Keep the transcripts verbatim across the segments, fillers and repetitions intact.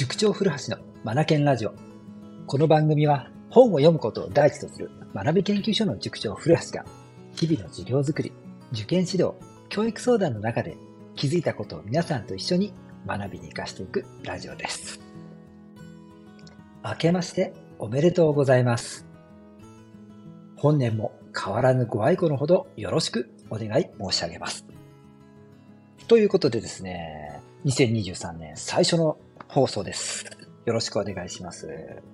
塾長古橋のマナケンラジオ。この番組は本を読むことを第一とする学び研究所の塾長古橋が日々の授業づくり、受験指導、教育相談の中で気づいたことを皆さんと一緒に学びに生かしていくラジオです。明けましておめでとうございます。本年も変わらぬご愛顧のほどよろしくお願い申し上げます。ということでですね、にせんにじゅうさんねん最初の放送です。よろしくお願いします。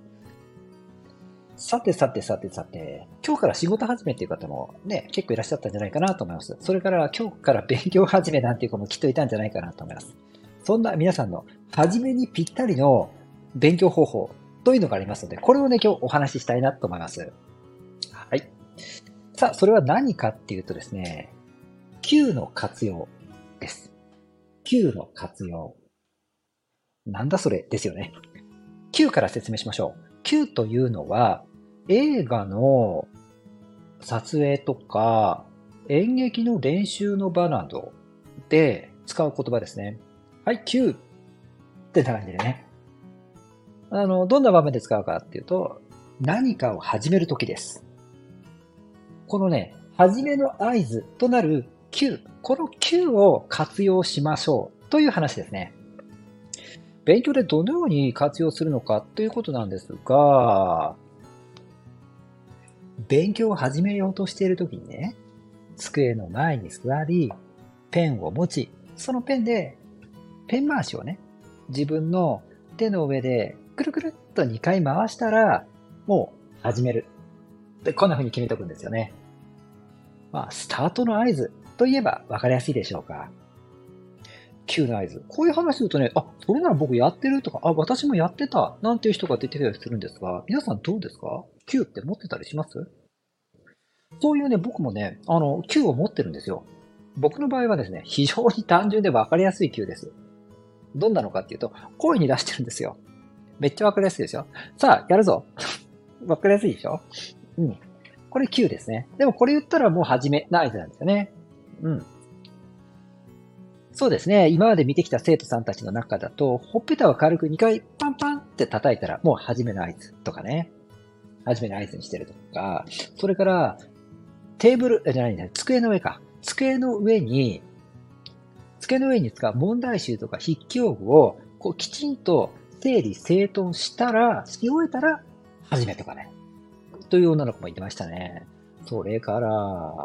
さてさてさてさて、今日から仕事始めっていう方もね、結構いらっしゃったんじゃないかなと思います。それから今日から勉強始めなんていう子もきっといたんじゃないかなと思います。そんな皆さんの初めにぴったりの勉強方法というのがありますので、これをね、今日お話ししたいなと思います。はい。さあ、それは何かっていうとですね、Q の活用です。Q の活用。なんだそれですよね。Q から説明しましょう。Q というのは映画の撮影とか演劇の練習の場などで使う言葉ですね。はい、Q ってな感じでね。あの、どんな場面で使うかっていうと、何かを始めるときです。このね、始めの合図となる Q、この Q を活用しましょうという話ですね。勉強でどのように活用するのかということなんですが、勉強を始めようとしているときにね、机の前に座り、ペンを持ち、そのペンでペン回しをね、自分の手の上でくるくるっとにかい回したら、もう始める。で、こんな風に決めておくんですよね。まあ、スタートの合図といえば分かりやすいでしょうか。Q の合図。こういう話するとね、あ、それなら僕やってるとか、あ、私もやってた、なんていう人が出てきたりするんですが、皆さんどうですか？ Q って持ってたりします？そういうね、僕もね、あの、Q を持ってるんですよ。僕の場合はですね、非常に単純で分かりやすい Q です。どんなのかっていうと、声に出してるんですよ。めっちゃ分かりやすいですよ。さあ、やるぞ。分かりやすいでしょ？うん。これ Q ですね。でもこれ言ったらもう始めの合図なんですよね。うん。そうですね。今まで見てきた生徒さんたちの中だと、ほっぺたを軽くにかいパンパンって叩いたら、もう始めの合図とかね。始めの合図にしてるとか、それから、テーブル、じゃないね、机の上か。机の上に、机の上に使う問題集とか筆記用具を、こう、きちんと整理整頓したら、し終えたら、始めとかね。という女の子も言ってましたね。それから、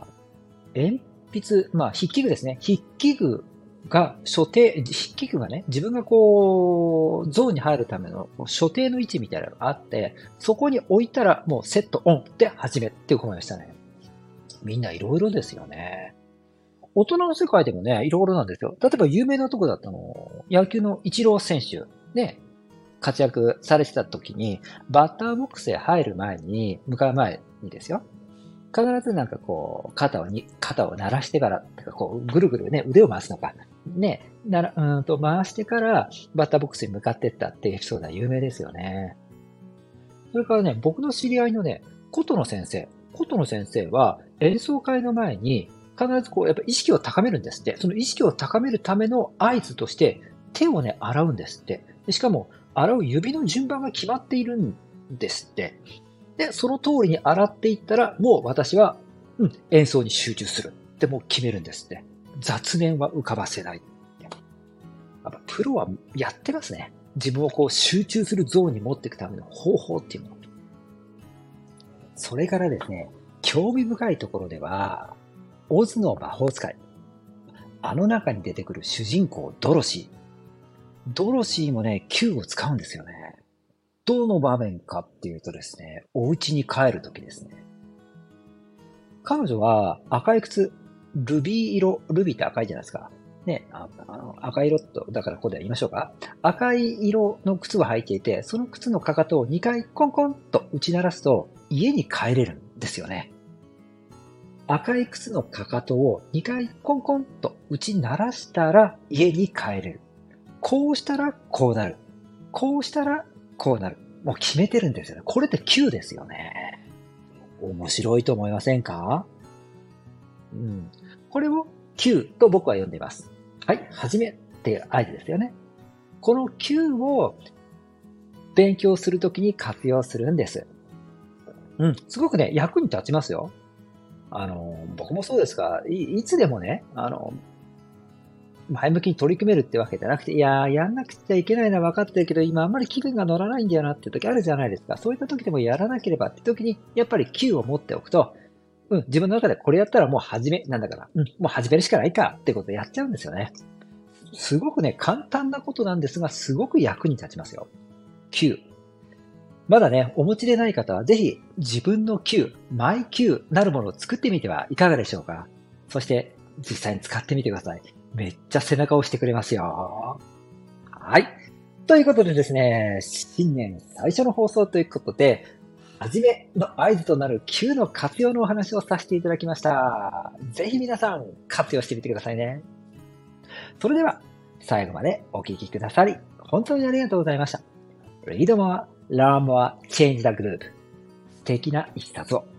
鉛筆、まあ、筆記具ですね。筆記具が所定、筆記具がね、自分がこう、ゾーンに入るための所定の位置みたいなのがあって、そこに置いたらもうセットオンで始めっていう子もいましたね。みんないろいろですよね。大人の世界でもね、いろいろなんですよ。例えば有名なとこだったの、野球のイチロー選手、ね、活躍されてた時に、バッターボックスへ入る前に、向かう前にですよ。必ずなんかこう、肩をに、肩を鳴らしてから、こう、ぐるぐるね、腕を回すのか、ね、なら、うんと回してから、バッターボックスに向かっていったっていうエピソードは有名ですよね。それからね、僕の知り合いのね、琴の先生。琴の先生は、演奏会の前に、必ずこう、やっぱ意識を高めるんですって。その意識を高めるための合図として、手をね、洗うんですって。しかも、洗う指の順番が決まっているんですって。で、その通りに洗っていったら、もう私は、うん、演奏に集中するってもう決めるんですって。雑念は浮かばせない。やっぱプロはやってますね。自分をこう集中するゾーンに持っていくための方法っていうもの。それからですね、興味深いところでは、オズの魔法使い。あの中に出てくる主人公ドロシー。ドロシーもね、Q を使うんですよね。どの場面かっていうとですね、お家に帰るときですね。彼女は赤い靴、ルビー色、ルビーって赤いじゃないですか。ね、ああの赤色と、だからここでは言いましょうか。赤い色の靴を履いていて、その靴のかかとをにかいコンコンと打ち鳴らすと家に帰れるんですよね。赤い靴のかかとをにかいコンコンと打ち鳴らしたら家に帰れる。こうしたらこうなる。こうしたらこうなる。もう決めてるんですよね。これって Q ですよね。面白いと思いませんか？うん。これを Q と僕は呼んでいます。はい、始めっていう合図ですよね。この Q を勉強するときに活用するんです。うん、すごくね、役に立ちますよ。あの、僕もそうですが、いいつでもね、あの、前向きに取り組めるってわけじゃなくて、いやー、やんなくちゃいけないのは分かってるけど、今あんまり気分が乗らないんだよなって時あるじゃないですか。そういった時でもやらなければって時に、やっぱり キュー を持っておくと、うん、自分の中でこれやったらもう始め、なんだから、うん、もう始めるしかないかってことをやっちゃうんですよね。すごくね、簡単なことなんですが、すごく役に立ちますよ。キュー。まだね、お持ちでない方は、ぜひ自分の キュー、マイ キュー なるものを作ってみてはいかがでしょうか。そして、実際に使ってみてください。めっちゃ背中を押してくれますよ。はい。ということでですね、新年最初の放送ということで、初めの合図となる キュー の活用のお話をさせていただきました。ぜひ皆さん活用してみてくださいね。それでは、最後までお聞きくださり、本当にありがとうございました。Read more, learn more, change the group. 素敵な一冊を。